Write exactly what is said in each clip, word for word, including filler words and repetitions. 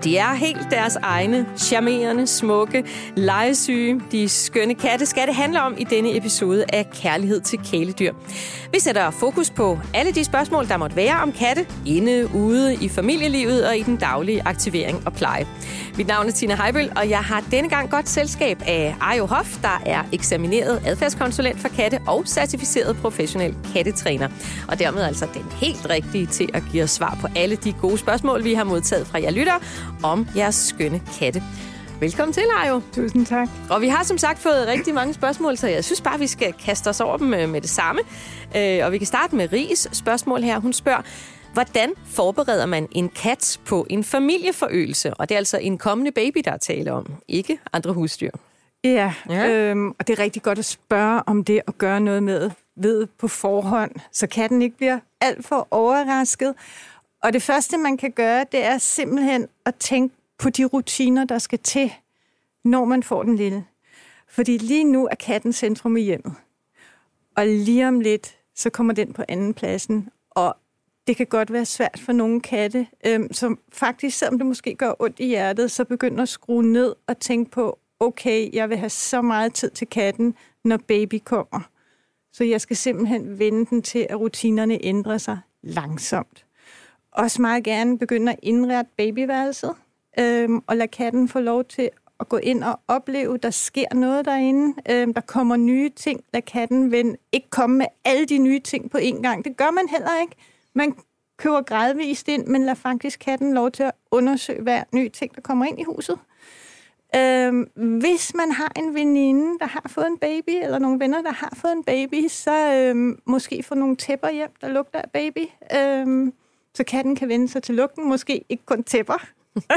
De er helt deres egne, charmerende, smukke, legesyge. De skønne katte skal det handle om i denne episode af Kærlighed til kæledyr. Vi sætter fokus på alle de spørgsmål, der måtte være om katte, inde, ude, i familielivet og i den daglige aktivering og pleje. Mit navn er Tina Heibøl, og jeg har denne gang godt selskab af Ajo Hoff, der er eksamineret adfærdskonsulent for katte og certificeret professionel kattetræner. Og dermed altså den helt rigtige til at give os svar på alle de gode spørgsmål, vi har modtaget fra jer lyttere om jeres skønne katte. Velkommen til, Ajo. Tusind tak. Og vi har som sagt fået rigtig mange spørgsmål, så jeg synes bare, vi skal kaste os over dem med det samme. Og vi kan starte med Ries spørgsmål her. Hun spørger, hvordan forbereder man en kat på en familieforøgelse? Og det er altså en kommende baby, der er tale om, ikke andre husdyr. Ja, ja. Øhm, og det er rigtig godt at spørge om det og gøre noget med ved på forhånd, så katten ikke bliver alt for overrasket. Og det første, man kan gøre, det er simpelthen at tænke på de rutiner, der skal til, når man får den lille. Fordi lige nu er katten centrum i hjemmet. Og lige om lidt, så kommer den på anden pladsen. Og det kan godt være svært for nogle katte, øhm, som faktisk, selvom det måske gør ondt i hjertet, så begynder at skrue ned og tænke på, okay, jeg vil have så meget tid til katten, når baby kommer. Så jeg skal simpelthen vende den til, at rutinerne ændrer sig langsomt. Også meget gerne begynde at indrette babyværelset, øhm, og lade katten få lov til at gå ind og opleve, der sker noget derinde. Øhm, der kommer nye ting. Lad katten vende. Ikke komme med alle de nye ting på én gang. Det gør man heller ikke. Man køber gradvist ind, men lad faktisk katten lov til at undersøge hver ny ting, der kommer ind i huset. Øhm, hvis man har en veninde, der har fået en baby, eller nogle venner, der har fået en baby, så øhm, måske få nogle tæpper hjem, der lugter af baby. Øhm, så katten kan vende sig til lugten. Måske ikke kun tæpper.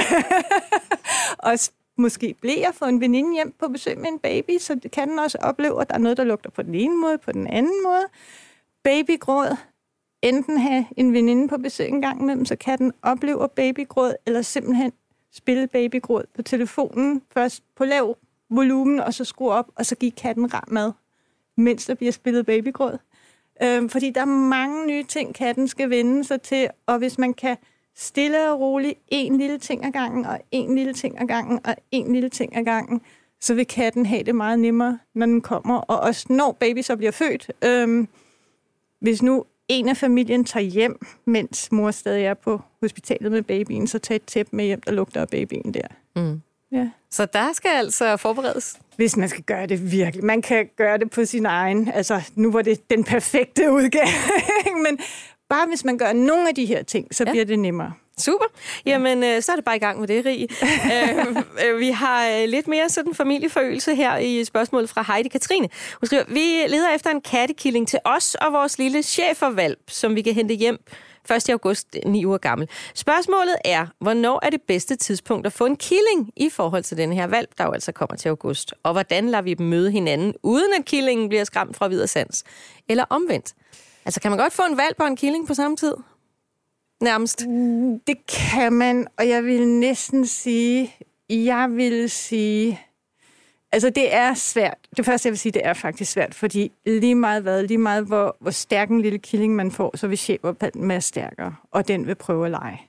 Og måske bliver få en veninde hjem på besøg med en baby, så kan den også opleve, at der er noget, der lugter på den ene måde, på den anden måde. Babygråd. Enten have en veninde på besøg en gang imellem, så katten oplever babygråd, eller simpelthen spille babygråd på telefonen, først på lav volumen, og så skrue op, og så give katten rar mad, mens der bliver spillet babygråd. Øhm, fordi der er mange nye ting, katten skal vende sig til, og hvis man kan stille og roligt en lille ting ad gangen, og en lille ting ad gangen, og en lille ting ad gangen, så vil katten have det meget nemmere, når den kommer, og også når baby så bliver født. Øhm, hvis nu en af familien tager hjem, mens mor stadig er på hospitalet med babyen, så tag et tæppe med hjem, der lugter af babyen der. Mm. Ja. Så der skal altså forberedes? Hvis man skal gøre det virkelig. Man kan gøre det på sin egen. Altså, nu var det den perfekte udgave. Men bare hvis man gør nogle af de her ting, så ja. bliver det nemmere. Super. Jamen, øh, så er det bare i gang med det, Rie. øh, vi har lidt mere sådan familieforøgelse her i spørgsmålet fra Heidi Katrine. Hun skriver, vi leder efter en kattekilling til os og vores lille schæfervalp, som vi kan hente hjem første august, ni uger gammel. Spørgsmålet er, hvornår er det bedste tidspunkt at få en killing i forhold til den her valp, der jo altså kommer til august? Og hvordan lader vi dem møde hinanden, uden at killingen bliver skræmt fra vid og sans? Eller omvendt? Altså, kan man godt få en valp og en killing på samme tid? Nærmest. Det kan man, og jeg vil næsten sige, jeg vil sige, altså det er svært. Det første, jeg vil sige, det er faktisk svært, fordi lige meget hvad, lige meget hvor, hvor stærk en lille killing man får, så vil schæfervalpen være stærkere, og den vil prøve at lege.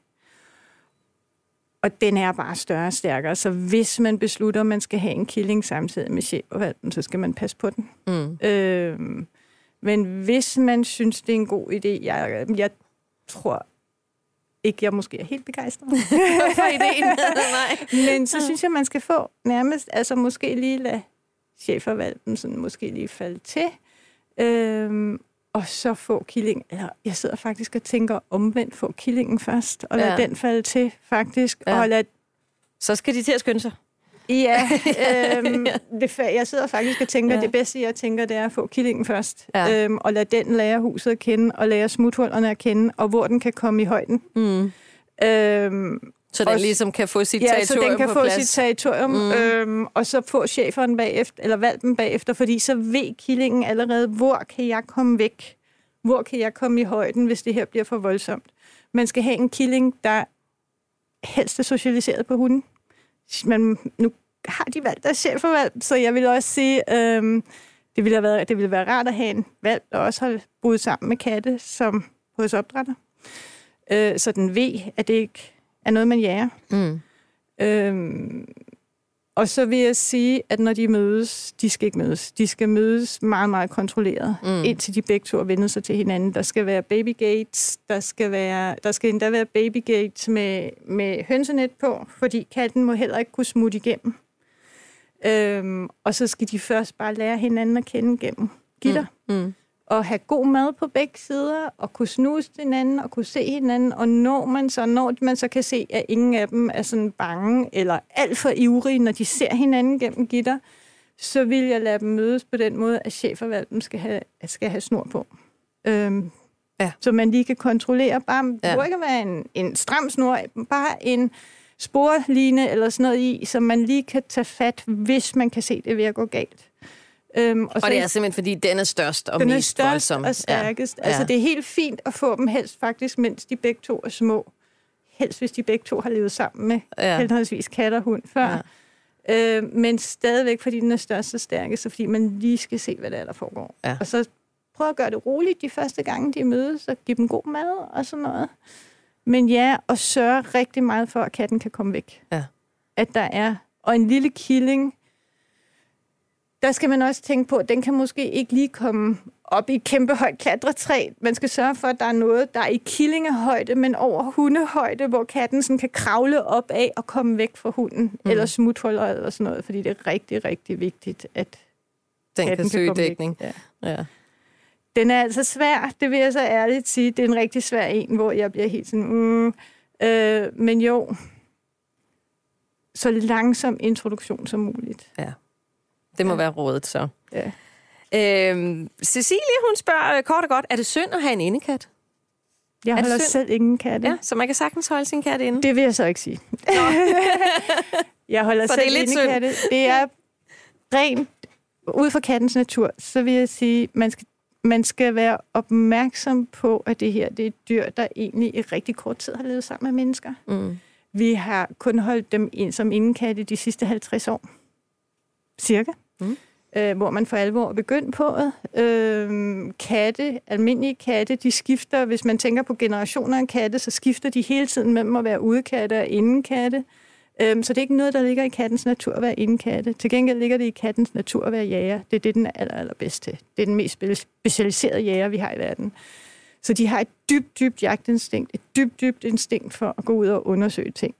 Og den er bare større og stærkere, så hvis man beslutter, at man skal have en killing samtidig med schæfervalpen, så skal man passe på den. Mm. Øhm, men hvis man synes, det er en god idé, jeg, jeg tror ikke, jeg måske er helt begejstret for ideen. Nej. Men så synes jeg, man skal få nærmest, altså måske lige lade schæfervalpen sådan måske lige falde til, øhm, og så få killing. Eller jeg sidder faktisk og tænker omvendt, få killingen først, og lade ja. den falde til faktisk, ja. og lade... Så skal de til at skynde sig. Ja, øhm, det, jeg sidder faktisk og tænker, ja. det bedste, jeg tænker, det er at få killingen først. Ja. Øhm, og lade den lære huset at kende, og lære smuthullerne at kende, og hvor den kan komme i højden. Mm. Øhm, så den og, ligesom kan få sit ja, territorium på så den kan på få plads. sit territorium, mm. øhm, og så få schæferen bagefter, eller valpen bagefter, fordi så ved killingen allerede, hvor kan jeg komme væk? Hvor kan jeg komme i højden, hvis det her bliver for voldsomt? Man skal have en killing, der helst er socialiseret på hunden. Men nu har de valgt deres schæfervalp, så jeg vil også sige, øhm, det ville have været, det ville være rart at have en valp, der også har boet sammen med katte, som hos opdrætter. Øh, så den ved, at det ikke er noget, man jager. Mm. Øhm, og så vil jeg sige, at når de mødes, de skal ikke mødes. De skal mødes meget, meget kontrolleret, mm. indtil de begge to har vendt sig til hinanden. Der skal være babygates, der skal, være, der skal endda være babygates med, med hønsenet på, fordi katten må heller ikke kunne smutte igennem. Øhm, og så skal de først bare lære hinanden at kende gennem gitter. Mm. Mm. Og have god mad på begge sider, og kunne snuse til hinanden, og kunne se hinanden, og når man så, når man så kan se, at ingen af dem er sådan bange, eller alt for ivrige, når de ser hinanden gennem gitter, så vil jeg lade dem mødes på den måde, at chefervalpen skal have, skal have snor på. Øhm, ja. Så man lige kan kontrollere, bare, det ja. må ikke være en, en stram snor, bare en sporline eller sådan noget i, som man lige kan tage fat, hvis man kan se det ved at gå galt. Øhm, og, og så, det er simpelthen, fordi den er størst og den mest størst voldsom. og stærkest. Ja. Altså, ja. det er helt fint at få dem helst faktisk, mens de begge to er små. Helst, hvis de begge to har levet sammen med ja. henholdsvis kat og hund før. Ja. Øh, men stadigvæk, fordi den er størst og stærkest, så fordi man lige skal se, hvad der er, der foregår. Ja. Og så prøv at gøre det roligt de første gange, de mødes, og give dem god mad og sådan noget. Men ja, og sørge rigtig meget for, at katten kan komme væk. Ja. At der er... Og en lille killing... Der skal man også tænke på, at den kan måske ikke lige komme op i et kæmpe højt klatretræ. Man skal sørge for, at der er noget, der er i killingehøjde, men over hundehøjde, hvor katten sådan kan kravle op af og komme væk fra hunden, mm. eller smutholder eller sådan noget, fordi det er rigtig, rigtig vigtigt, at den katten kan søge dækning. Ja. Ja. Den er altså svær, det vil jeg så ærligt sige. Det er en rigtig svær en, hvor jeg bliver helt sådan... Mm, øh, men jo, så langsom introduktion som muligt. Ja. Det må ja. være rådet, så. Ja. Øhm, Cecilie, hun spørger kort og godt, er det synd at have en indekat? Jeg holder selv ingen katte. Ja, så man kan sagtens holde sin kat inde? Det vil jeg så ikke sige. Jeg holder så selv indekatte. Det er rent ud fra kattens natur, så vil jeg sige, man skal, man skal være opmærksom på, at det her det er et dyr, der egentlig i rigtig kort tid har levet sammen med mennesker. Mm. Vi har kun holdt dem ind som indekatte de sidste halvtreds år. Cirka. Mm. Øh, hvor man for alvor er begyndt på det. Øh, katte, almindelige katte, de skifter, hvis man tænker på generationer af katte, så skifter de hele tiden mellem at være udekatte og indekatte. Øh, så det er ikke noget, der ligger i kattens natur at være indekatte. Til gengæld ligger det i kattens natur at være jæger. Det er det, den er aller, allerbedst til. Det er den mest specialiserede jæger, vi har i verden. Så de har et dybt, dybt jagtinstinkt, et dybt, dybt instinkt for at gå ud og undersøge ting.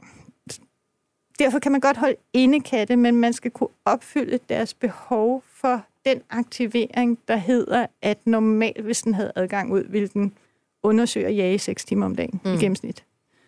Derfor kan man godt holde indekatte, men man skal kunne opfylde deres behov for den aktivering, der hedder, at normalt, hvis den havde adgang ud, ville den undersøge og jage seks timer om dagen mm. i gennemsnit.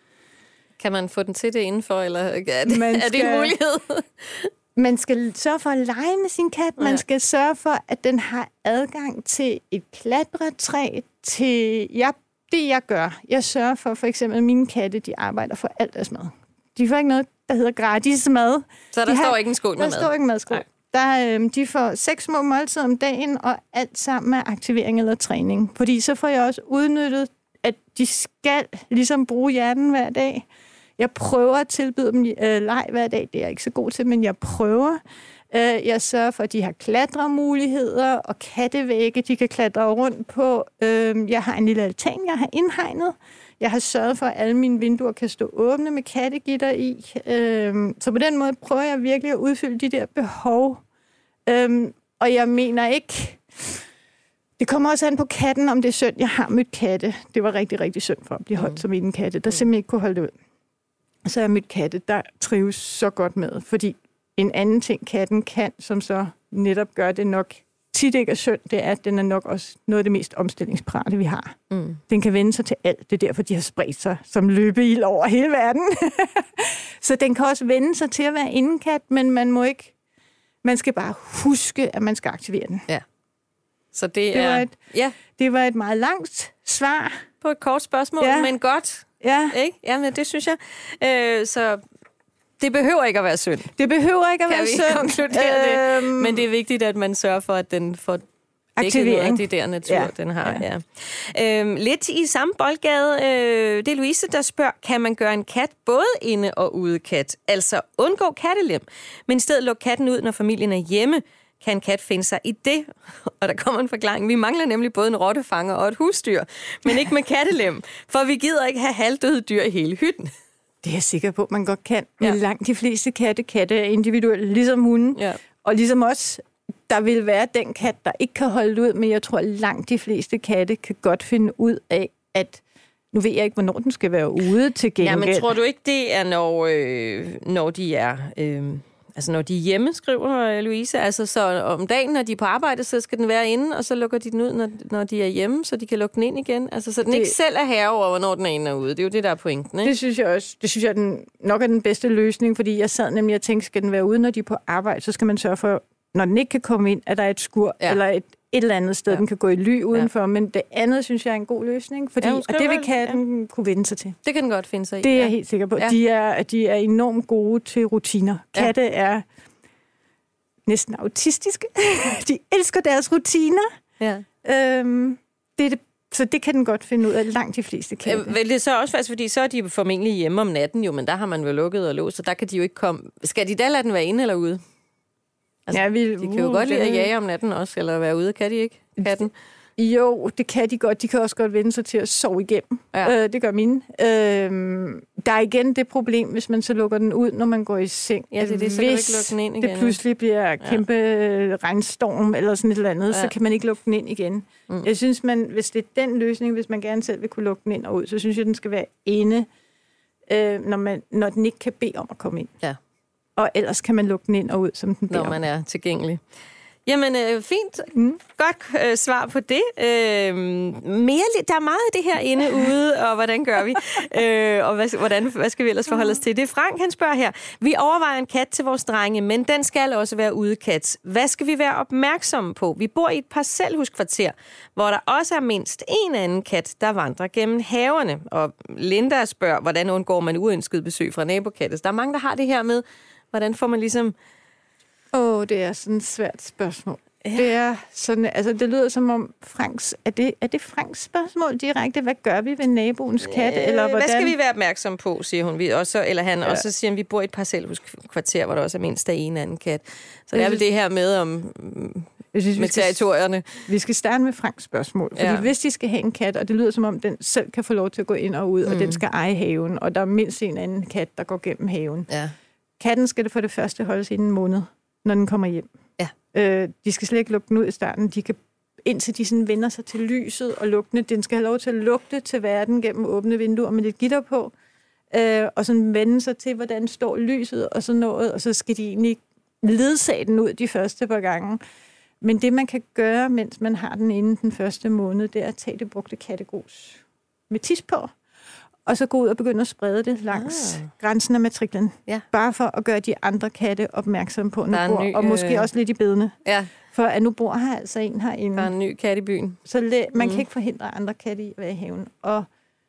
Kan man få den til det indenfor, eller er det, man er det en mulighed? Man skal sørge for at lege med sin kat. Man skal sørge for, at den har adgang til et klatretræ, til ja, det, jeg gør. Jeg sørger for, for eksempel, at mine katte, de arbejder for alt deres mad. De får ikke noget, der hedder gratis mad. Så der de står har, ikke en skål med mad? Der står ikke en madskål. Der, øh, de får seks små måltider om dagen, og alt sammen med aktivering eller træning. Fordi så får jeg også udnyttet, at de skal ligesom bruge hjernen hver dag. Jeg prøver at tilbyde dem øh, leg hver dag. Det er jeg ikke så god til, men jeg prøver. Øh, jeg sørger for, at de har klatremuligheder og kattevægge, de kan klatre rundt på. Øh, jeg har en lille altan, jeg har indhegnet. Jeg har sørget for, at alle mine vinduer kan stå åbne med kattegitter i. Øhm, så på den måde prøver jeg virkelig at udfylde de der behov. Øhm, og jeg mener ikke... Det kommer også an på katten, om det er synd. Jeg har mødt katte. Det var rigtig, rigtig synd for at blive holdt mm. som en katte, der simpelthen ikke kunne holde det ud. Så har jeg mødt katte, der trives så godt med. Fordi en anden ting, katten kan, som så netop gør det nok tit ikke er synd, det er, at den er nok også noget af det mest omstillingsparate, vi har. Mm. Den kan vende sig til alt. Det er derfor, de har spredt sig som løbeild over hele verden. Så den kan også vende sig til at være indekat, men man må ikke... Man skal bare huske, at man skal aktivere den. Ja. Så det, det, er, var et, ja. det var et meget langt svar. På et kort spørgsmål, ja. men godt. Ja. Ikke? Jamen, det synes jeg. Øh, så... Det behøver ikke at være synd. Det behøver ikke at kan være synd. Kan vi konkludere øhm, det? Men det er vigtigt, at man sørger for, at den får aktivering. Det der natur, ja. den har. Ja. Ja. Øhm, lidt i samme boldgade. Øh, det er Louise, der spørger, kan man gøre en kat både inde- og udekat? Altså undgå kattelem, men i stedet lukke katten ud, når familien er hjemme. Kan en kat finde sig i det? Og der kommer en forklaring. Vi mangler nemlig både en rottefanger og et husdyr, men ikke med kattelem, for vi gider ikke have halvdøde dyr i hele hytten. Det er jeg sikker på, man godt kan. Men Ja. langt de fleste katte, katte er individuelle, ligesom hunden. Ja. Og ligesom os, der vil være den kat, der ikke kan holde det ud, men jeg tror, at langt de fleste katte kan godt finde ud af, at nu ved jeg ikke, hvornår den skal være ude til gengæld. Ja, men tror du ikke, det er, når, øh, når de er... Øh, altså, når de er hjemme, skriver Louise. Altså, så om dagen, når de er på arbejde, så skal den være inde, og så lukker de den ud, når, når de er hjemme, så de kan lukke den ind igen. Altså, så den det, ikke selv er herre over, hvornår den er inde og ude. Det er jo det, der er pointen, ikke? Det synes jeg også. Det synes jeg den, nok er den bedste løsning, fordi jeg sad nemlig og tænkte, skal den være ude, når de er på arbejde, så skal man sørge for, når den ikke kan komme ind, at der er et skur, ja. eller et, et eller andet sted, ja. den kan gå i ly udenfor. Ja. Men det andet, synes jeg, er en god løsning, fordi ja, og det vil katten ja. kunne vende sig til. Det kan den godt finde sig i. Det er ja. jeg helt sikker på. Ja. De, er, de er enormt gode til rutiner. Katte ja. er næsten autistiske. De elsker deres rutiner. Ja. Øhm, det er det, så det kan den godt finde ud af, langt de fleste katte. Vel, det er så også faktisk, fordi så er de formentlig hjemme om natten jo, men der har man vel lukket og låst, så der kan de jo ikke komme. Skal de da lade den være inde eller ude? Altså, ja, vi, de kan jo uh, godt lide at jage om natten også, eller være ude, kan de ikke? Katten? Jo, det kan de godt. De kan også godt vende sig til at sove igennem. Ja. Øh, det gør mine. Øh, der er igen det problem, hvis man så lukker den ud, når man går i seng. Ja, det er det, så kan du ikke lukke den ind igen. det pludselig bliver kæmpe ja. regnstorm eller sådan et eller andet, ja. så kan man ikke lukke den ind igen. Mm. Jeg synes, man, hvis det er den løsning, hvis man gerne selv vil kunne lukke den ind og ud, så synes jeg, den skal være inde, øh, når, man, når den ikke kan bede om at komme ind. Ja. Og ellers kan man lukke den ind og ud, som den beder når man er tilgængelig. Jamen, øh, fint. Mm. Godt øh, svar på det. Øh, mere, der er meget af det her inde ude, og hvordan gør vi? øh, og hvad, hvordan, hvad skal vi ellers forholde os til? Det er Frank, han spørger her. Vi overvejer en kat til vores drenge, men den skal også være udekat. Hvad skal vi være opmærksomme på? Vi bor i et parcelhuskvarter, hvor der også er mindst en anden kat, der vandrer gennem haverne. Og Linda spørger, hvordan undgår man uønsket besøg fra nabokatte? Der er mange, der har det her med, hvordan får man ligesom... Åh, oh, det er sådan et svært spørgsmål. Ja. Det er sådan, altså det lyder som om Franks, er det, er det Franks spørgsmål direkte? Hvad gør vi ved naboens kat? Øh, eller hvordan? Hvad skal vi være opmærksom på, siger hun. Vi også, eller han, ja. Og så siger han, vi bor i et parcelhuskvarter, hvor der også er mindst af en anden kat. Så det er vel det her med om jeg synes, med vi territorierne. Skal, vi skal starte med Franks spørgsmål. Fordi ja. hvis de skal have en kat, og det lyder som om, den selv kan få lov til at gå ind og ud, mm. og den skal eje haven, og der er mindst en anden kat, der går gennem haven. Ja. Katten skal det for det første holdes i en måned, når den kommer hjem. Ja. Øh, de skal slet ikke lukke den ud i starten. De kan, indtil de sådan vender sig til lyset og lugtene. Den skal have lov til at lugte til verden gennem åbne vinduer med lidt gitter på. Øh, og sådan vende sig til, hvordan står lyset og sådan noget. Og så skal de egentlig ledsage den ud de første par gange. Men det, man kan gøre, mens man har den inden den første måned, det er at tage det brugte kattegrus med tis på. Og så gå ud og begynde at sprede det langs ah. grænsen af matriklen. Ja. Bare for at gøre de andre katte opmærksomme på, nu bor, ny, og måske øh... også lidt i bedene. Ja. For at nu bor her altså en herinde. Der er en ny kat i byen. Så læ- man mm. kan ikke forhindre andre katte i at være i haven. Og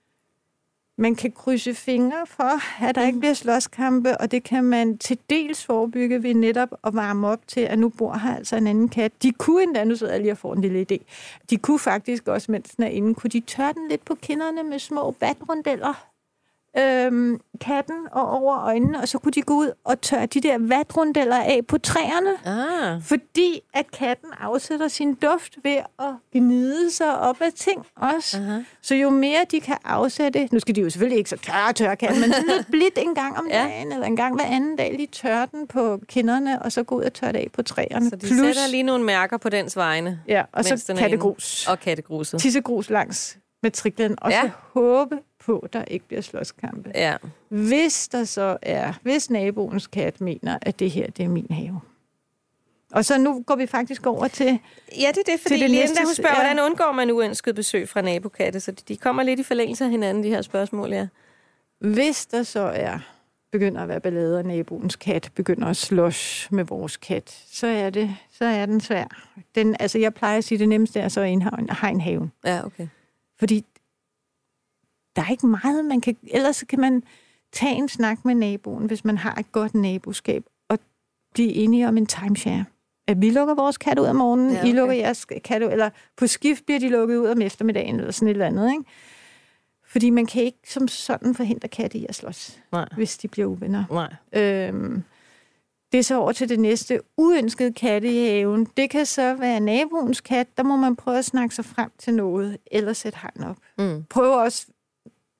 man kan krydse fingre for, at der mm. ikke bliver slåskampe, og det kan man til dels forebygge ved netop at varme op til, at nu bor her altså en anden kat. De kunne endda, nu sidder jeg lige og får en lille idé, de kunne faktisk også, mens den er inde, kunne de tørre den lidt på kinderne med små vatrundeller, øhm, katten og over øjnene, og så kunne de gå ud og tørre de der vatrundeller af på træerne, ah. fordi at katten afsætter sin duft ved at gnide sig op af ting også. Uh-huh. Så jo mere de kan afsætte, nu skal de jo selvfølgelig ikke så tørre, tørre katten, men sådan lidt blidt en gang om dagen, ja. eller en gang hver anden dag, lige tørre den på kinderne, og så gå ud og tørre det af på træerne. Så de Plus, sætter lige nogle mærker på dens vegne. Ja, og så kattegrus. Og kattegruset. Tissegrus langs matriklen, og ja. så håbe på, at der ikke bliver slåskampe. Ja. Hvis der så er, hvis naboens kat mener, at det her, det er min have. Og så nu går vi faktisk over til ja, det er det, fordi Linda, hun spørger, ja. hvordan undgår man uønsket besøg fra nabokatte, så de kommer lidt i forlængelse af hinanden, de her spørgsmål, ja. Hvis der så er, begynder at være ballade, og naboens kat begynder at slås med vores kat, så er det, så er den svær. Den, altså, jeg plejer at sige, det nemmeste er så at have en have. Ja, okay. Fordi der er ikke meget, man kan... Ellers kan man tage en snak med naboen, hvis man har et godt naboskab, og blive enige om en timeshare. At vi lukker vores kat ud om morgenen, ja, okay. I lukker jeres kat ud, eller på skift bliver de lukket ud om eftermiddagen, eller sådan et eller andet, ikke? Fordi man kan ikke som sådan forhindre katte i at slås, Nej. hvis de bliver uvenner. Nej. Øhm, det er så over til det næste. Uønskede katte i haven. Det kan så være naboens kat. Der må man prøve at snakke sig frem til noget, eller sætte hegn op. Mm. Prøv også,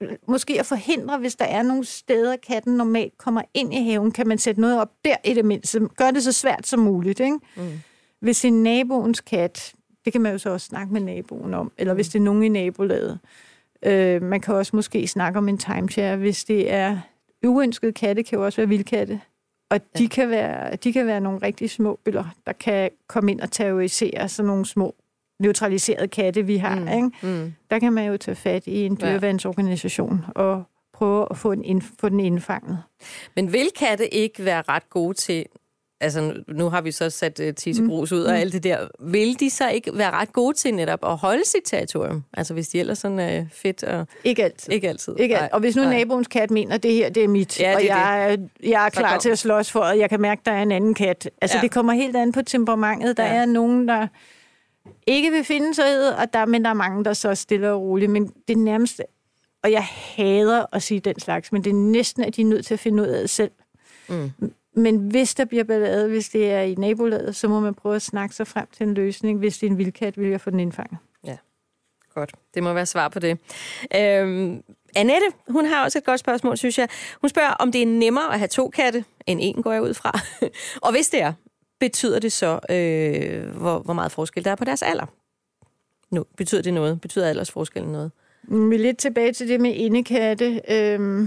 måske at forhindre, hvis der er nogle steder, katten normalt kommer ind i haven, kan man sætte noget op der i det mindste. Gør det så svært som muligt, ikke? Mm. Hvis en naboens kat, det kan man jo så også snakke med naboen om, eller mm. hvis det er nogen i nabolaget. Øh, man kan også måske snakke om en timeshare, hvis det er uønskede katte, kan jo også være vildkatte. Og ja. de, kan være, de kan være nogle rigtig små bøller, der kan komme ind og terrorisere sådan nogle små neutraliserede katte, vi har. Mm. Ikke? Mm. Der kan man jo tage fat i en dyreværnsorganisation og prøve at få, en indf- få den indfanget. Men vil katte ikke være ret gode til, altså nu har vi så sat uh, tissegrus ud mm. og alt det der, vil de så ikke være ret gode til netop at holde sit territorium? Altså hvis de ellers sådan er uh, fedt og... Ikke altid. Ikke altid. Ikke altid. Og hvis nu naboens kat mener, at det her, det er mit, ja, det og jeg, det. jeg er klar til at slås for, at jeg kan mærke, at der er en anden kat. Altså ja. det kommer helt an på temperamentet. Der ja. er nogen, der ikke vil finde sig i, og der, men der er mange, der så stille og roligt. Men det nærmeste, og jeg hader at sige den slags, men det er næsten, at de er nødt til at finde ud af det selv. Mm. Men hvis der bliver ballade, hvis det er i nabolaget, så må man prøve at snakke sig frem til en løsning. Hvis det er en vildkat, vil jeg få den indfanget. Ja, godt. Det må være svar på det. Øhm, Annette, hun har også et godt spørgsmål, synes jeg. Hun spørger, om det er nemmere at have to katte, end en går jeg ud fra. Og hvis det er, betyder det så, øh, hvor, hvor meget forskel der er på deres alder? Nu, betyder det noget? Betyder aldersforskellen noget? Vi er lidt tilbage til det med indekatte. Øhm,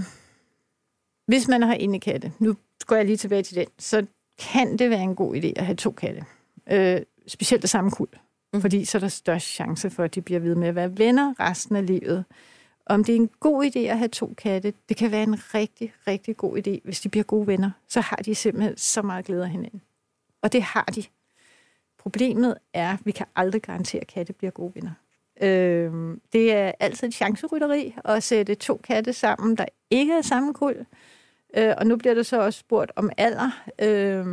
hvis man har indekatte, nu går jeg lige tilbage til den, så kan det være en god idé at have to katte. Øh, specielt det samme kuld. Mm. Fordi så er der størst chance for, at de bliver ved med at være venner resten af livet. Om det er en god idé at have to katte, det kan være en rigtig, rigtig god idé. Hvis de bliver gode venner, så har de simpelthen så meget glæde af hinanden. Og det har de. Problemet er, at vi kan aldrig garantere, at katte bliver gode venner. Øh, det er altid et chancerytteri at sætte to katte sammen, der ikke er samme kuld. Øh, og nu bliver der så også spurgt om alder. Øh,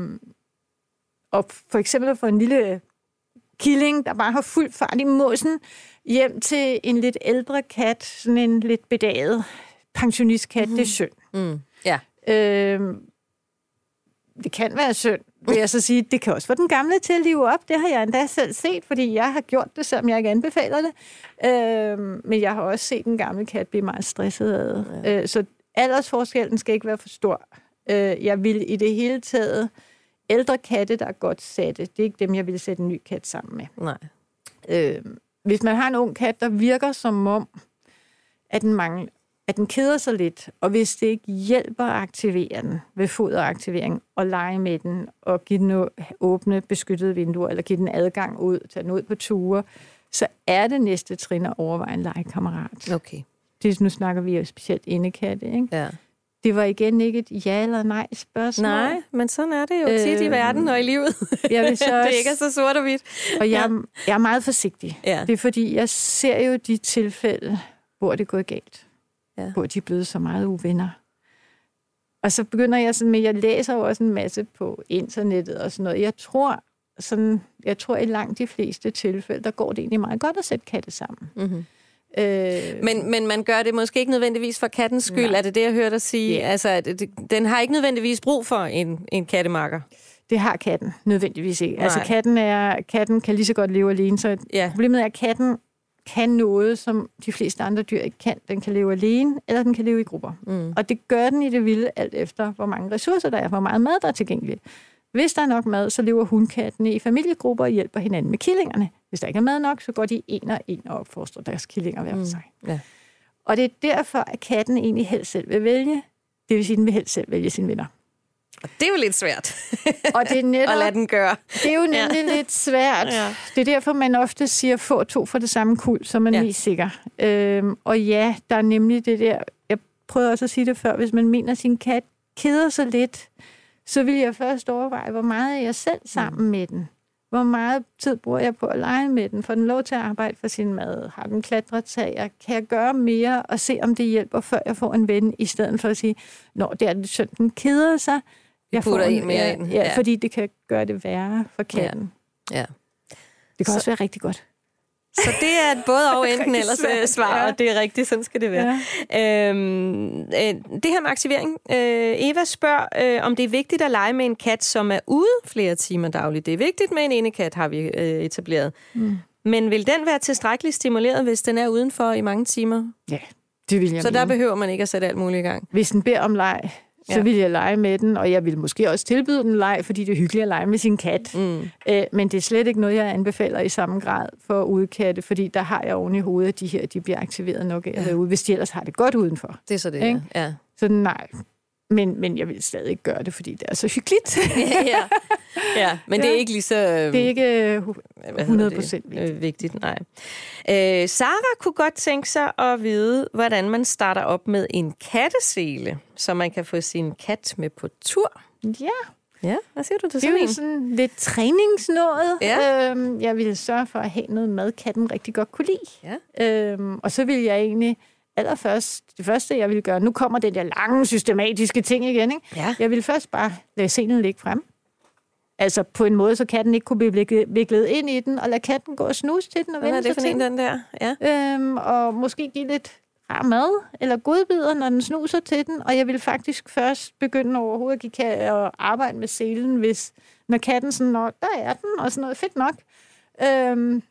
og for eksempel for en lille killing, der bare har fuld fart i måsen, hjem til en lidt ældre kat, sådan en lidt bedaget pensionistkat, mm-hmm. det er synd. Mm. Ja. Øh, det kan være synd, vil jeg så sige. Det kan også få den gamle til at live op. Det har jeg endda selv set, fordi jeg har gjort det, selvom jeg ikke anbefaler det. Øh, men jeg har også set en gammel kat blive meget stresset af. Ja. Øh, så aldersforskellen skal ikke være for stor. Øh, jeg vil i det hele taget ældre katte, der er godt satte. Det er ikke dem, jeg vil sætte en ny kat sammen med. Nej. Øh, hvis man har en ung kat, der virker som om, at den mangler, at den keder sig lidt, og hvis det ikke hjælper at aktivere den ved foderaktivering, og lege med den, og give den åbne, beskyttede vinduer, eller give den adgang ud, tage den ud på ture, så er det næste trin at overveje en legekammerat. Okay. Det, nu snakker vi jo specielt indekatte, ikke? Ja. Det var igen ikke et ja eller nej spørgsmål. Nej, men sådan er det jo tit øh, i verden og i livet. Jeg vil så også, det ikke er så sort og hvidt. Og jeg, ja. jeg er meget forsigtig. Ja. Det er fordi, jeg ser jo de tilfælde, hvor det er gået galt. Ja. Hvor de er blevet så meget uvenner. Og så begynder jeg sådan med, jeg læser jo også en masse på internettet og sådan noget. Jeg tror, sådan, jeg tror i langt de fleste tilfælde, der går det egentlig meget godt at sætte katte sammen. Mm-hmm. Øh, men, men man gør det måske ikke nødvendigvis for kattens skyld, nej. Er det det, jeg hørte dig sige? Yeah. Altså, det, den har ikke nødvendigvis brug for en, en kattemakker. Det har katten nødvendigvis ikke. Nej. Altså, katten, er, katten kan lige så godt leve alene, så yeah. problemet er, at katten kan noget, som de fleste andre dyr ikke kan. Den kan leve alene, eller den kan leve i grupper. Mm. Og det gør den i det vilde, alt efter, hvor mange ressourcer der er, hvor meget mad der er tilgængeligt. Hvis der er nok mad, så lever hundkattene i familiegrupper og hjælper hinanden med killingerne. Hvis der ikke er mad nok, så går de en og en og opfostrer deres killinger hver for sig. Mm. Ja. Og det er derfor, at katten egentlig helst selv vil vælge. Det vil sige, at den vil helst selv vælge sine venner. Og det er jo lidt svært og det er netop, at lade den gøre. Det er jo nemlig ja. lidt svært. Ja. Det er derfor, man ofte siger, få to for det samme kuld, så man er ja. mest sikker. Øhm, og ja, der er nemlig det der, jeg prøvede også at sige det før, hvis man mener, at sin kat keder sig lidt, så vil jeg først overveje, hvor meget er jeg selv sammen mm. med den. Hvor meget tid bruger jeg på at lege med den? Får den lov til at arbejde for sin mad? Har den klatretager? Kan jeg gøre mere og se, om det hjælper, før jeg får en ven, i stedet for at sige, når det er det synd, den keder sig. Jeg putter får en mere ja, ind. Ja, ja, fordi det kan gøre det værre for katten. Ja. Ja. Det kan så også være rigtig godt. Så det er et både og enten ellers svært, svar, ja. Og det er rigtigt, sådan skal det være. Ja. Øhm, øh, det her med aktivering. Øh, Eva spørger, øh, om det er vigtigt at lege med en kat, som er ude flere timer dagligt. Det er vigtigt med en enekat, har vi øh, etableret. Mm. Men vil den være tilstrækkeligt stimuleret, hvis den er udenfor i mange timer? Ja, Det vil jeg Så mene. der behøver man ikke at sætte alt muligt i gang. Hvis den beder om leg, så Ja. vil jeg lege med den, og jeg vil måske også tilbyde den leg, fordi det er hyggeligt at lege med sin kat. Mm. Øh, men det er slet ikke noget, jeg anbefaler i samme grad for udkatte, fordi der har jeg oven i hovedet, at de her de bliver aktiveret nok af at være ude, hvis de ellers har det godt udenfor. Det er så det, Ikke? ja. Så nej, men, men jeg vil stadig ikke gøre det, fordi det er så hyggeligt. ja. ja, men ja. det er ikke lige så... Det er ikke hundrede procent vigtigt. Øh, vigtigt, nej. Øh, Sara kunne godt tænke sig at vide, hvordan man starter op med en kattesele, så man kan få sin kat med på tur. Ja. Ja, hvad siger du til Det er sådan jo en? sådan lidt træningsnået. Ja. Øhm, jeg ville sørge for at have noget mad, katten rigtig godt kunne lide. Ja. Øhm, og så ville jeg egentlig allerførst, det første jeg ville gøre, nu kommer den der lange, systematiske ting igen, ikke? Ja. Jeg ville først bare lade selen ligge frem. Altså på en måde, så katten ikke kunne blive viklet ind i den, og lade katten gå og snuse til den og Hvad vende er det sig for til en, den der? Ja. Øhm, og måske give lidt rar mad eller godbidder, når den snuser til den. Og jeg vil faktisk først begynde overhovedet at, give at arbejde med selen, hvis når katten sådan, Nå, der er den, og sådan noget fedt nok. Øhm,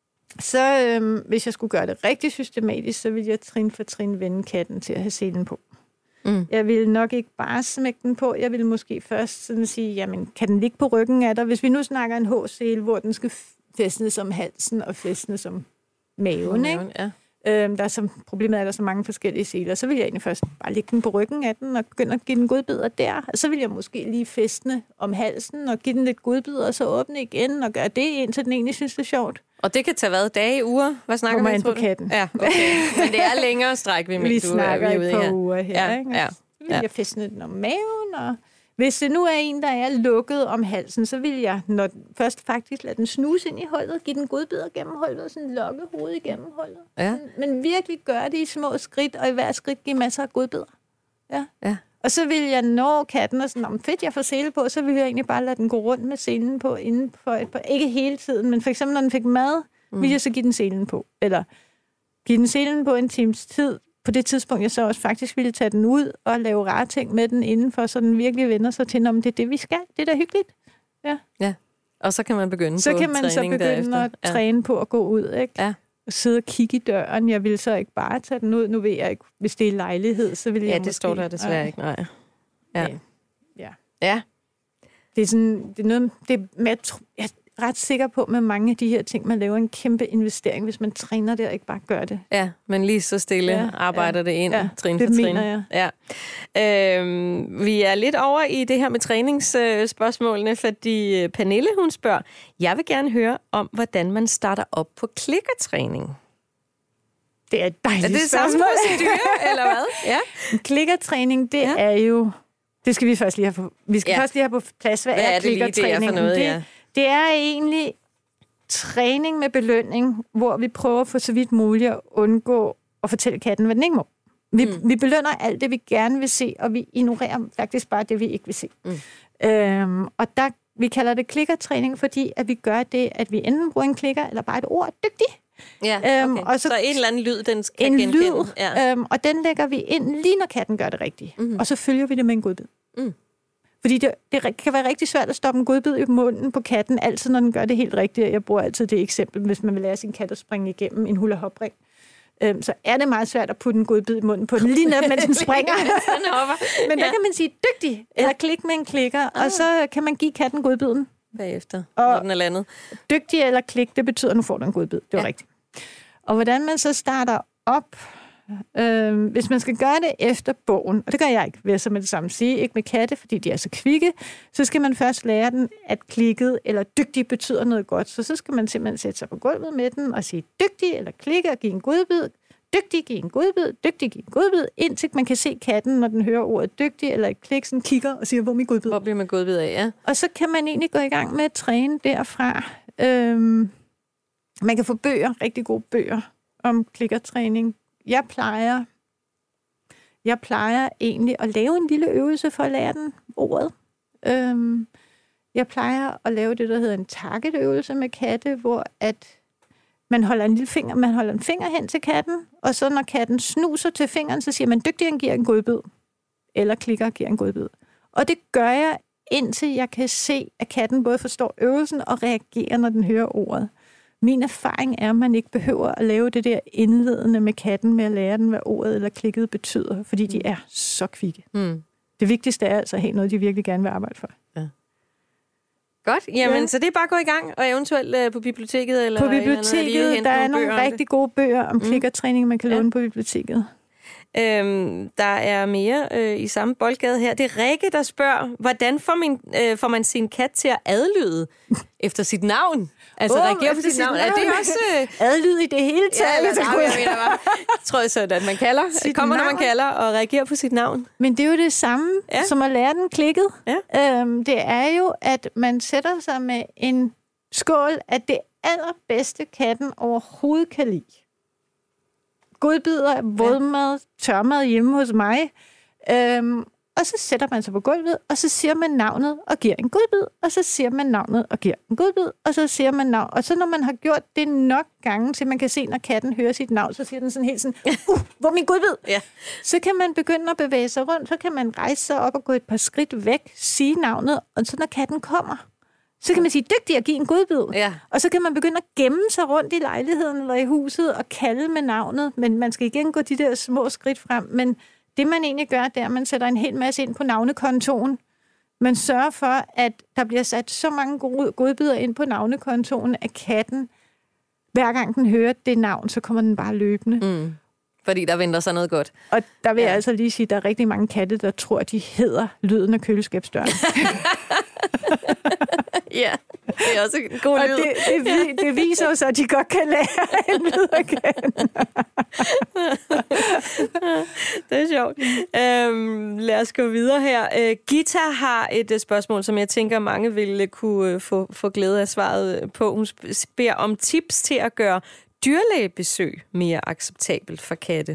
så øhm, hvis jeg skulle gøre det rigtig systematisk, så ville jeg trin for trin vende katten til at have selen på. Mm. Jeg ville nok ikke bare smække den på. Jeg ville måske først sådan sige, jamen, kan den ligge på ryggen af dig? Hvis vi nu snakker en H-sele, hvor den skal fæstnes om halsen og fæstnes om maven, ikke? Ja. Øhm, der er som, problemet er, at der er så mange forskellige seler. Så vil jeg egentlig først bare lægge den på ryggen af den og begynde at give den godbidder der. Og så vil jeg måske lige fæstne om halsen og give den lidt godbidder, og så åbne igen og gøre det, indtil den egentlig synes, det er sjovt. Og det kan tage hvad? Dage, uger? Hvad snakker Kommer man ind på katten. Ja, okay. Men det er længere stræk, vi, vi snakker ude et par her. uger her. Ja, Ikke? ja, Så vil ja. jeg fæstne den om maven, og hvis det nu er en, der er lukket om halsen, så vil jeg når den først faktisk lade den snuse ind i hullet, give den godbidder gennem hullet, og sådan lokke hovedet igennem hullet. Ja. Men, men virkelig gøre det i små skridt, og i hver skridt give masser af godbidder. Ja. Ja. Og så vil jeg nå katten og sådan, om fedt, jeg får sele på, så vil jeg egentlig bare lade den gå rundt med selen på inden for et par, ikke hele tiden, men for eksempel når den fik mad, mm. vil jeg så give den selen på. Eller give den selen på en times tid. På det tidspunkt, jeg så også faktisk ville tage den ud og lave rare ting med den indenfor, så den virkelig vender sig til, om det er det, vi skal. Det er da hyggeligt. Ja. Ja. Og så kan man begynde så på kan man så begynde derefter. at træne ja. på at gå ud, ikke? Ja. Og sidde og kigge i døren. Jeg vil så ikke bare tage den ud. Nu ved jeg ikke, hvis det er lejlighed, så vil jeg Ja, måske... det står der desværre nej. ikke, nej. Ja. Ja. Ja. Det er sådan, det er noget, det er med, jeg er ret sikker på, med mange af de her ting, man laver en kæmpe investering, hvis man træner det og ikke bare gør det. Ja, men lige så stille ja, arbejder ja, det ind, ja, trin det for trin. mener jeg. Ja. Øhm, vi er lidt over i det her med træningsspørgsmålene, fordi Pernille, hun spørger, jeg vil gerne høre om, hvordan man starter op på klikkertræning. Det er et dejligt Er det spørgsmål. samme procedure, eller hvad? Ja. Klikkertræning, det ja. er jo... Det skal vi først lige have på, vi skal ja. først lige have på plads. Hvad, Hvad er, er det lige, det er for noget, det, ja. det er egentlig træning med belønning, hvor vi prøver for så vidt muligt at undgå at fortælle katten, hvad den ikke må. Vi, mm. vi belønner alt det, vi gerne vil se, og vi ignorerer faktisk bare det, vi ikke vil se. Mm. Øhm, og der, vi kalder det klikkertræning, fordi at vi gør det, at vi enten bruger en klikker, eller bare et ord, dygtig. Ja, okay. Øhm, og så, så en eller anden lyd, den kan en genkende. lyd, ja. øhm, og den lægger vi ind lige når katten gør det rigtigt. Mm. Og så følger vi det med en godbid. Mm. Fordi det, det kan være rigtig svært at stoppe en godbid i munden på katten, altid når den gør det helt rigtigt. Jeg bruger altid det eksempel, hvis man vil lære sin kat at springe igennem en hula-hop-ring. Øhm, så er det meget svært at putte en godbid i munden på den, lige når mens den springer. Men der ja. kan man sige dygtig, eller klik med en klikker, ah. og så kan man give katten godbiden. Bagefter, og når den er landet. Dygtig eller klik, det betyder, at nu får du en godbid. Det var ja. rigtigt. Og hvordan man så starter op, øh, hvis man skal gøre det efter bogen, og det gør jeg ikke, vil jeg så med det samme sige, ikke med katte, fordi de er så kvikke, så skal man først lære den, at klikket eller dygtig betyder noget godt. Så så skal man simpelthen sætte sig på gulvet med den og sige dygtig eller klikke og give en godbid. Dygtig, give en godbid, dygtig, give en godbid, indtil man kan se katten, når den hører ordet dygtig eller et klik, sådan kigger og siger, hvor er min godbid? Hvor bliver man godbid af, ja. Og så kan man egentlig gå i gang med at træne derfra. Øhm, man kan få bøger, rigtig gode bøger om klikkertræning. Jeg plejer, jeg plejer egentlig at lave en lille øvelse for at lære den ordet. Øhm, jeg plejer at lave det, der hedder en targetøvelse med katte, hvor at man holder en lille finger, man holder en finger hen til katten, og så når katten snuser til fingeren, så siger man, dygtig, giver en godbid. Eller klikker, giver en godbid. Og det gør jeg, indtil jeg kan se, at katten både forstår øvelsen og reagerer, når den hører ordet. Min erfaring er, at man ikke behøver at lave det der indledende med katten med at lære den, hvad ordet eller klikket betyder, fordi de er så kvikke. Mm. Det vigtigste er altså at have noget, de virkelig gerne vil arbejde for. Ja. Godt, jamen ja. Så det er bare at gå i gang, og eventuelt uh, på biblioteket? Eller på biblioteket, eller der er nogle rigtig gode bøger om mm. klikkertræning, man kan ja. låne på biblioteket. Øhm, der er mere øh, i samme boldgade her. Det er Rikke, der spørger, hvordan får, min, øh, får man sin kat til at adlyde efter sit navn? Altså oh, reagere på sit, sit navn. navn. Er det også... Øh... Adlyd i det hele taget? Ja, eller, nej, jeg mener bare, tror jeg så, at man kalder. Sit kommer, navn. Når man kalder, og reagerer på sit navn. Men det er jo det samme, ja. som at lære den klikket. Ja. Øhm, det er jo, at man sætter sig med en skål af det allerbedste, katten overhovedet kan lide. Godbidder, vådmad, tørmad hjemme hos mig. Øhm, og så sætter man sig på gulvet, og så siger man navnet og giver en godbid, og så siger man navnet og giver en godbid, og så siger man navn. Og så når man har gjort det nok gange, til man kan se, når katten hører sit navn, så siger den sådan helt sådan, uh, hvor er min godbid? Ja. Så kan man begynde at bevæge sig rundt, så kan man rejse sig op og gå et par skridt væk, sige navnet, og så når katten kommer, så kan man sige, dygtig at give en godbid. Ja. Og så kan man begynde at gemme sig rundt i lejligheden eller i huset og kalde med navnet. Men man skal igen gå de der små skridt frem. Men det, man egentlig gør, det er, at man sætter en hel masse ind på navnekontoen. Man sørger for, at der bliver sat så mange gode godbidder ind på navnekontoen, at katten, hver gang den hører det navn, så kommer den bare løbende. Mm. Fordi der venter sig noget godt. Og der vil ja. jeg altså lige sige, at der er rigtig mange katte, der tror, at de hedder lyden af køleskabsdøren. Ja, det er også en god lyd. Og det, det, det viser jo så, at de godt kan lære en lyd at kende. Det er sjovt. Øhm, lad os gå videre her. Uh, Gita har et uh, spørgsmål, som jeg tænker, mange ville kunne uh, få, få glæde af svaret på. Hun beder om tips til at gøre dyrlægebesøg mere acceptabelt for katte.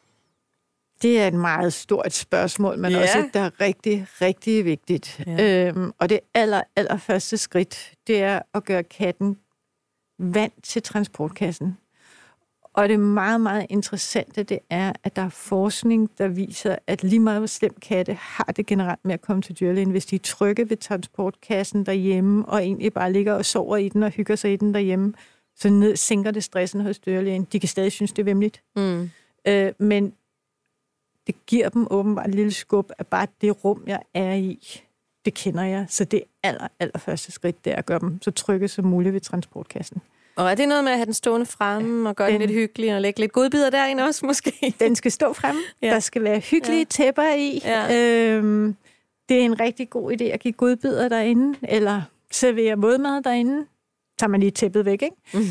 Det er et meget stort spørgsmål, men ja. også et, der er rigtig, rigtig vigtigt. Ja. Øhm, og det aller, aller første skridt, det er at gøre katten vant til transportkassen. Og det meget, meget interessante, det er, at der er forskning, der viser, at lige meget hvor slemt katte har det generelt med at komme til dyrlægen, hvis de er trygge ved transportkassen derhjemme, og egentlig bare ligger og sover i den og hygger sig i den derhjemme, så ned, sænker det stressen hos dyrlægen. De kan stadig synes, det er væmmeligt. Mm. Øh, men det giver dem åbenbart et lille skub af bare det rum, jeg er i. Det kender jeg. Så det aller, aller første skridt, det er at gøre dem så trygge som muligt ved transportkassen. Og er det noget med at have den stående fremme og gøre den, den lidt hyggelig og lægge lidt godbidder derinde også måske? Den skal stå fremme. Ja. Der skal være hyggelige ja. tæpper i. Ja. Øhm, det er en rigtig god idé at give godbidder derinde, eller servere vådmad derinde. Tager man lige tæppet væk, ikke? Mm.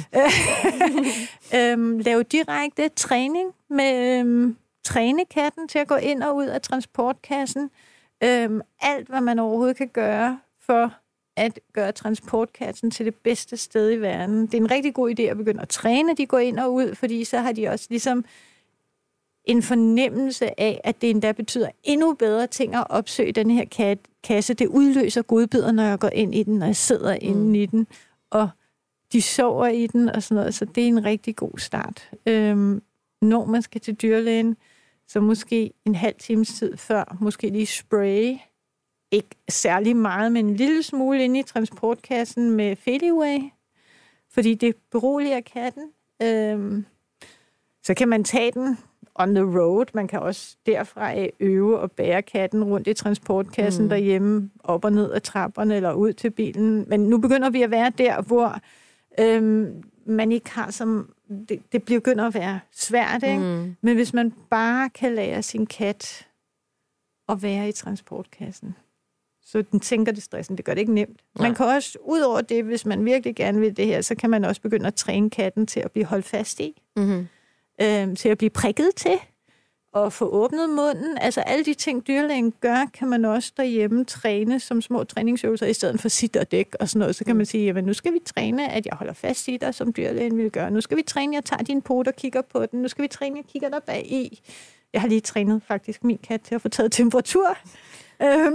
øhm, lave direkte træning med øhm, træne katten til at gå ind og ud af transportkassen. Øhm, alt, hvad man overhovedet kan gøre for at gøre transportkassen til det bedste sted i verden. Det er en rigtig god idé at begynde at træne, de går ind og ud, fordi så har de også ligesom en fornemmelse af, at det endda betyder endnu bedre ting at opsøge den her kat- kasse. Det udløser godbidder, når jeg går ind i den, når jeg sidder mm. inde i den, og de sover i den og sådan noget, så det er en rigtig god start. Øhm, når man skal til dyrlægen, så måske en halv times tid før, måske lige spray, ikke særlig meget, men en lille smule inde i transportkassen med Feliway, fordi det beroliger katten. Øhm, så kan man tage den on the road. Man kan også derfra øve og bære katten rundt i transportkassen mm. derhjemme, op og ned ad trapperne eller ud til bilen. Men nu begynder vi at være der, hvor øhm, man ikke har som... Det, det begynder at være svært, ikke? Mm. Men hvis man bare kan lære sin kat at være i transportkassen, så den tænker det stressen. Det gør det ikke nemt. Nej. Man kan også, ud over det, hvis man virkelig gerne vil det her, så kan man også begynde at træne katten til at blive holdt fast i. Mm-hmm. Øhm, til at blive prikket til. Og få åbnet munden. Altså alle de ting, dyrlægen gør, kan man også derhjemme træne som små træningsøvelser, i stedet for sit og dæk og sådan noget. Så kan man sige, jamen nu skal vi træne, at jeg holder fast i dig, som dyrlægen vil gøre. Nu skal vi træne, at jeg tager din pot og kigger på den. Nu skal vi træne, at jeg kigger der bag i. Jeg har lige trænet faktisk min kat til at få taget temperatur. Øhm.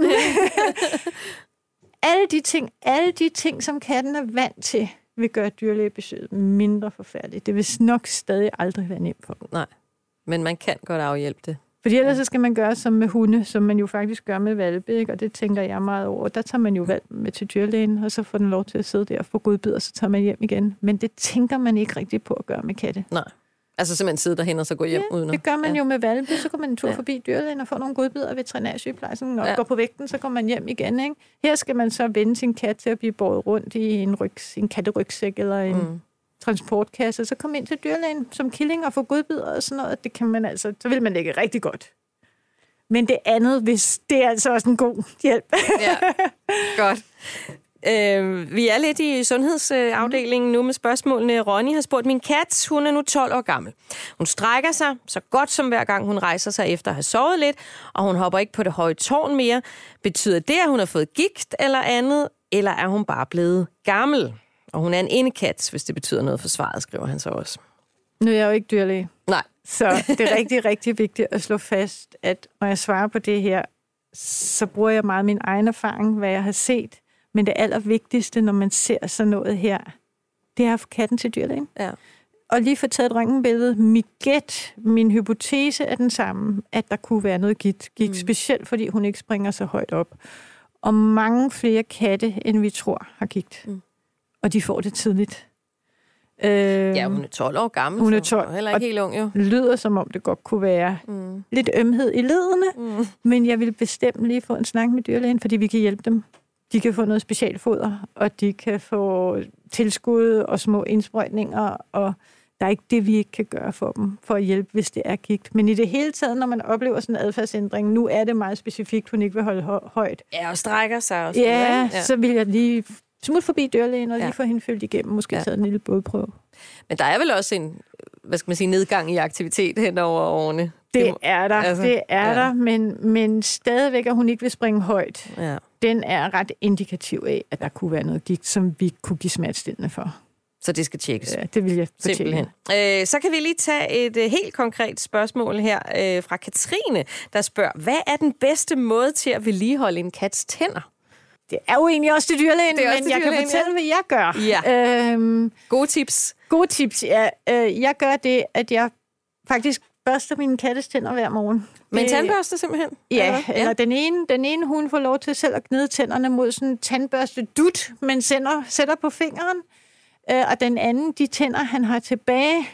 alle de ting, alle de ting, som katten er vant til, vil gøre dyrlægebesøget mindre forfærdeligt. Det vil nok stadig aldrig være nemt for. Nej, men man kan godt afhjælpe det. Fordi ellers så skal man gøre som med hunde, som man jo faktisk gør med hvalpe, ikke? Og det tænker jeg meget over. Der tager man jo valp med til dyrlægen, og så får den lov til at sidde der og få godbid, og så tager man hjem igen. Men det tænker man ikke rigtig på at gøre med katte. Nej. Altså simpelthen sidde derhen og så gå hjem ja, uden at... det gør man ja. jo med hvalpe. Så går man en tur ja. forbi dyrlægen og får nogle godbidder af veterinærsygeplejersken og ja. går på vægten, så går man hjem igen, ikke? Her skal man så vende sin kat til at blive båret rundt i en, ryg, en katterygsæk eller en mm. transportkasse, så komme ind til dyrlægen som killing og få godbidder og sådan noget. Det kan man altså... Så vil man lægge rigtig godt. Men det andet, hvis det er altså også en god hjælp. Ja, godt. Øh, vi er lidt i sundhedsafdelingen nu med spørgsmålene. Ronny har spurgt, min kat, hun er nu tolv år gammel. Hun strækker sig så godt som hver gang hun rejser sig efter at have sovet lidt, og hun hopper ikke på det høje tårn mere. Betyder det, at hun har fået gigt eller andet, eller er hun bare blevet gammel? Og hun er en indekat, hvis det betyder noget for svaret, skriver han så også. Nu er jeg jo ikke dyrlæge. Nej. Så det er rigtig, rigtig vigtigt at slå fast, at når jeg svarer på det her, så bruger jeg meget min egen erfaring, hvad jeg har set. Men det allervigtigste, når man ser sådan noget her, det er at få katten til dyrlægen. Ja. Og lige få taget et røntgenbillede. Mit gæt, min hypotese er den samme, at der kunne være noget gigt. Gigt mm. specielt, fordi hun ikke springer så højt op. Og mange flere katte, end vi tror, har gigt. Mm. Og de får det tidligt. Øh, ja, hun er tolv år gammel, hun er tolv, så heller ikke helt ung, jo. Lyder som om det godt kunne være mm. lidt ømhed i ledene, mm. men jeg vil bestemt lige få en snak med dyrlægen, fordi vi kan hjælpe dem. De kan få noget specialfoder, og de kan få tilskud og små indsprøjtninger, og der er ikke det, vi ikke kan gøre for dem, for at hjælpe, hvis det er gigt. Men i det hele taget, når man oplever sådan en adfærdsændring, nu er det meget specifikt, hun ikke vil holde højt. Ja, og strækker sig også. Ja, ja, så vil jeg lige smut forbi dyrlægen og lige ja. få hende fyldt igennem, måske ja. taget en lille blodprøve. Men der er vel også en, hvad skal man sige, nedgang i aktivitet hen over årene? Det er der, altså, det er ja. der, men, men stadigvæk, at hun ikke vil springe højt. Ja. Den er ret indikativ af, at der kunne være noget gigt, som vi kunne give smertestillende for. Så det skal tjekkes? Ja, det vil jeg fortælle. Simpelthen. Øh, så kan vi lige tage et uh, helt konkret spørgsmål her uh, fra Katrine, der spørger, hvad er den bedste måde til at vedligeholde en kats tænder? Det er jo egentlig også til dyrlægen, men til jeg dyrlægen, kan fortælle, ja. hvad jeg gør. Ja. Øhm, gode tips. Gode tips, ja. Jeg gør det, at jeg faktisk børster mine kattes tænder hver morgen. Med en tandbørste simpelthen? Ja, eller, eller den ene, den ene hun får lov til selv at gnide tænderne mod sådan en tandbørste dut, men sender, sætter på fingeren. Og den anden, de tænder, han har tilbage,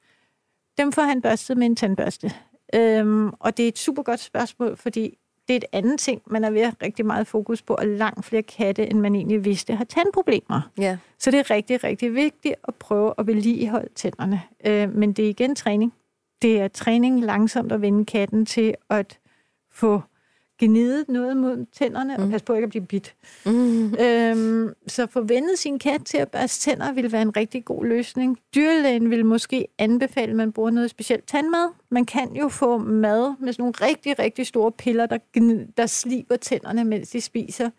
dem får han børstet med en tandbørste. Øhm, og det er et super godt spørgsmål, fordi det er et andet ting, man er ved at rigtig meget fokus på, og langt flere katte, end man egentlig vidste, har tandproblemer. Ja. Så det er rigtig, rigtig vigtigt at prøve at vedligeholde tænderne. Øh, men det er igen træning. Det er træning langsomt at vende katten til at få gnidet noget mod tænderne, mm. og pas på ikke at blive bidt. Mm. Øhm, så få vendet sin kat til at børste tænder vil være en rigtig god løsning. Dyrlægen vil måske anbefale, at man bruger noget specielt tandmad. Man kan jo få mad med sådan nogle rigtig, rigtig store piller, der, gn- der sliber tænderne, mens de spiser.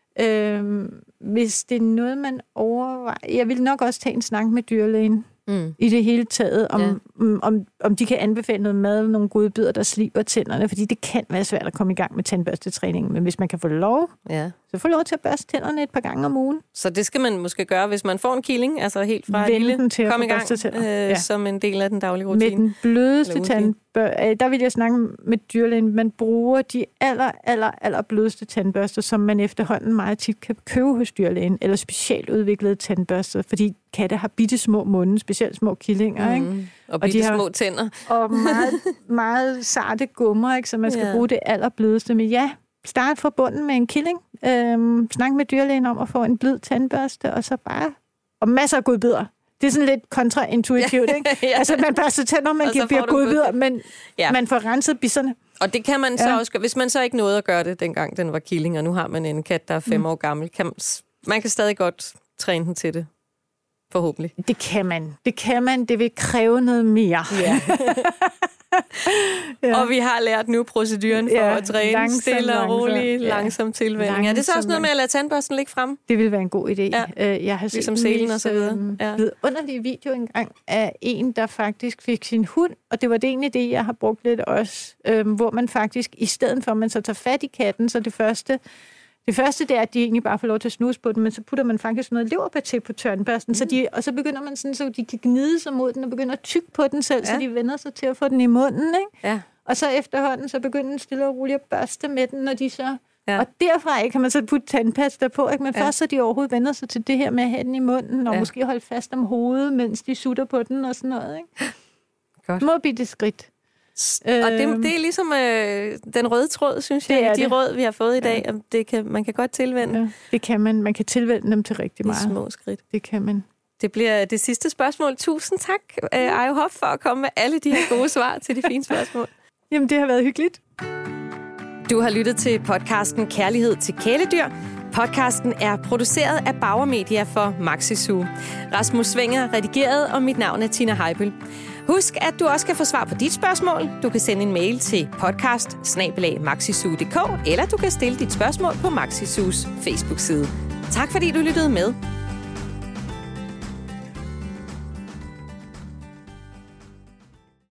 Øhm, hvis det er noget, man overvejer... Jeg vil nok også tage en snak med dyrlægen. Mm. I det hele taget, om, ja. om, om de kan anbefale noget mad, nogle godbidder, der sliber tænderne, fordi det kan være svært at komme i gang med tandbørstetræningen, men hvis man kan få lov, ja. så få lov til at børste tænderne et par gange om ugen. Så det skal man måske gøre, hvis man får en killing, altså helt fra Vende lille, til kom i gang, øh, ja. som en del af den daglige rutine. Med den blødeste tandbørste, der vil jeg snakke med dyrlægen, man bruger de aller, aller, aller blødeste tandbørster, som man efterhånden meget tit kan købe hos dyrlægen, eller specielt udviklede tandbørster, fordi katte har bitte små munde, specielt små killinger, mm. ikke? Og bitte og de små har, tænder. Og meget, meget sarte gummer, ikke? Så man skal ja. bruge det allerblødeste. Men ja, start fra bunden med en killing. Øhm, snak med dyrlægen om at få en blød tandbørste, og så bare... Og masser af godbidder. Det er sådan lidt kontraintuitivt, ikke? ja. Altså, man børster tænder, man giver godbidder, men ja. man får renset bisserne. Og det kan man så ja. også gøre. Hvis man så ikke nåede at gøre det, dengang den var killing, og nu har man en kat, der er fem mm. år gammel, kan, man kan stadig godt træne den til det. Forhåbentlig. Det kan man. Det kan man. Det vil kræve noget mere. Ja. ja. Og vi har lært nu proceduren for ja, at træne langsom, stille og rolig, langsom, langsom tilvænning. Er det så også noget med at lade tandbørsten ligge frem? Det vil være en god idé. Ja. Jeg har ligesom selen og så videre. Ja. Vidunderlig video engang af en, der faktisk fik sin hund, og det var det egentlig det, jeg har brugt lidt også, øh, hvor man faktisk, i stedet for at man så tager fat i katten, så det første Det første, det er, at de egentlig bare får lov til at snuse på den, men så putter man faktisk noget leverpatté på tørnbørsten, mm. så de, og så begynder man sådan, så de kan gnide sig mod den og begynder at tygge på den selv, ja. så de vender sig til at få den i munden, ikke? Ja. Og så efterhånden, så begynder den stille og roligt at børste med den, når de så... Ja. Og derfra ikke, kan man så putte tandpasta på, ikke? Men ja. først så de overhovedet vender sig til det her med at have den i munden, og ja. måske holde fast om hovedet, mens de sutter på den og sådan noget, ikke? Godt. Må blive det skridt. Og det, det er ligesom øh, den røde tråd, synes jeg, de det. råd, vi har fået i dag. Ja. Det kan, man kan godt tilvende. Ja. Det kan man. Man kan tilvende dem til rigtig meget. De små skridt. Det kan man. Det bliver det sidste spørgsmål. Tusind tak, Ayo Hoff, for at komme med alle de her gode svar til de fine spørgsmål. Jamen, det har været hyggeligt. Du har lyttet til podcasten Kærlighed til kæledyr. Podcasten er produceret af Bauer Media for Maxi Zoo. Rasmus Svinger redigeret, og mit navn er Tina Heibel. Husk, at du også kan få svar på dit spørgsmål. Du kan sende en mail til podcast snabel-a maxizoo punktum d k, eller du kan stille dit spørgsmål på Maxi Zoos Facebook-side. Tak fordi du lyttede med.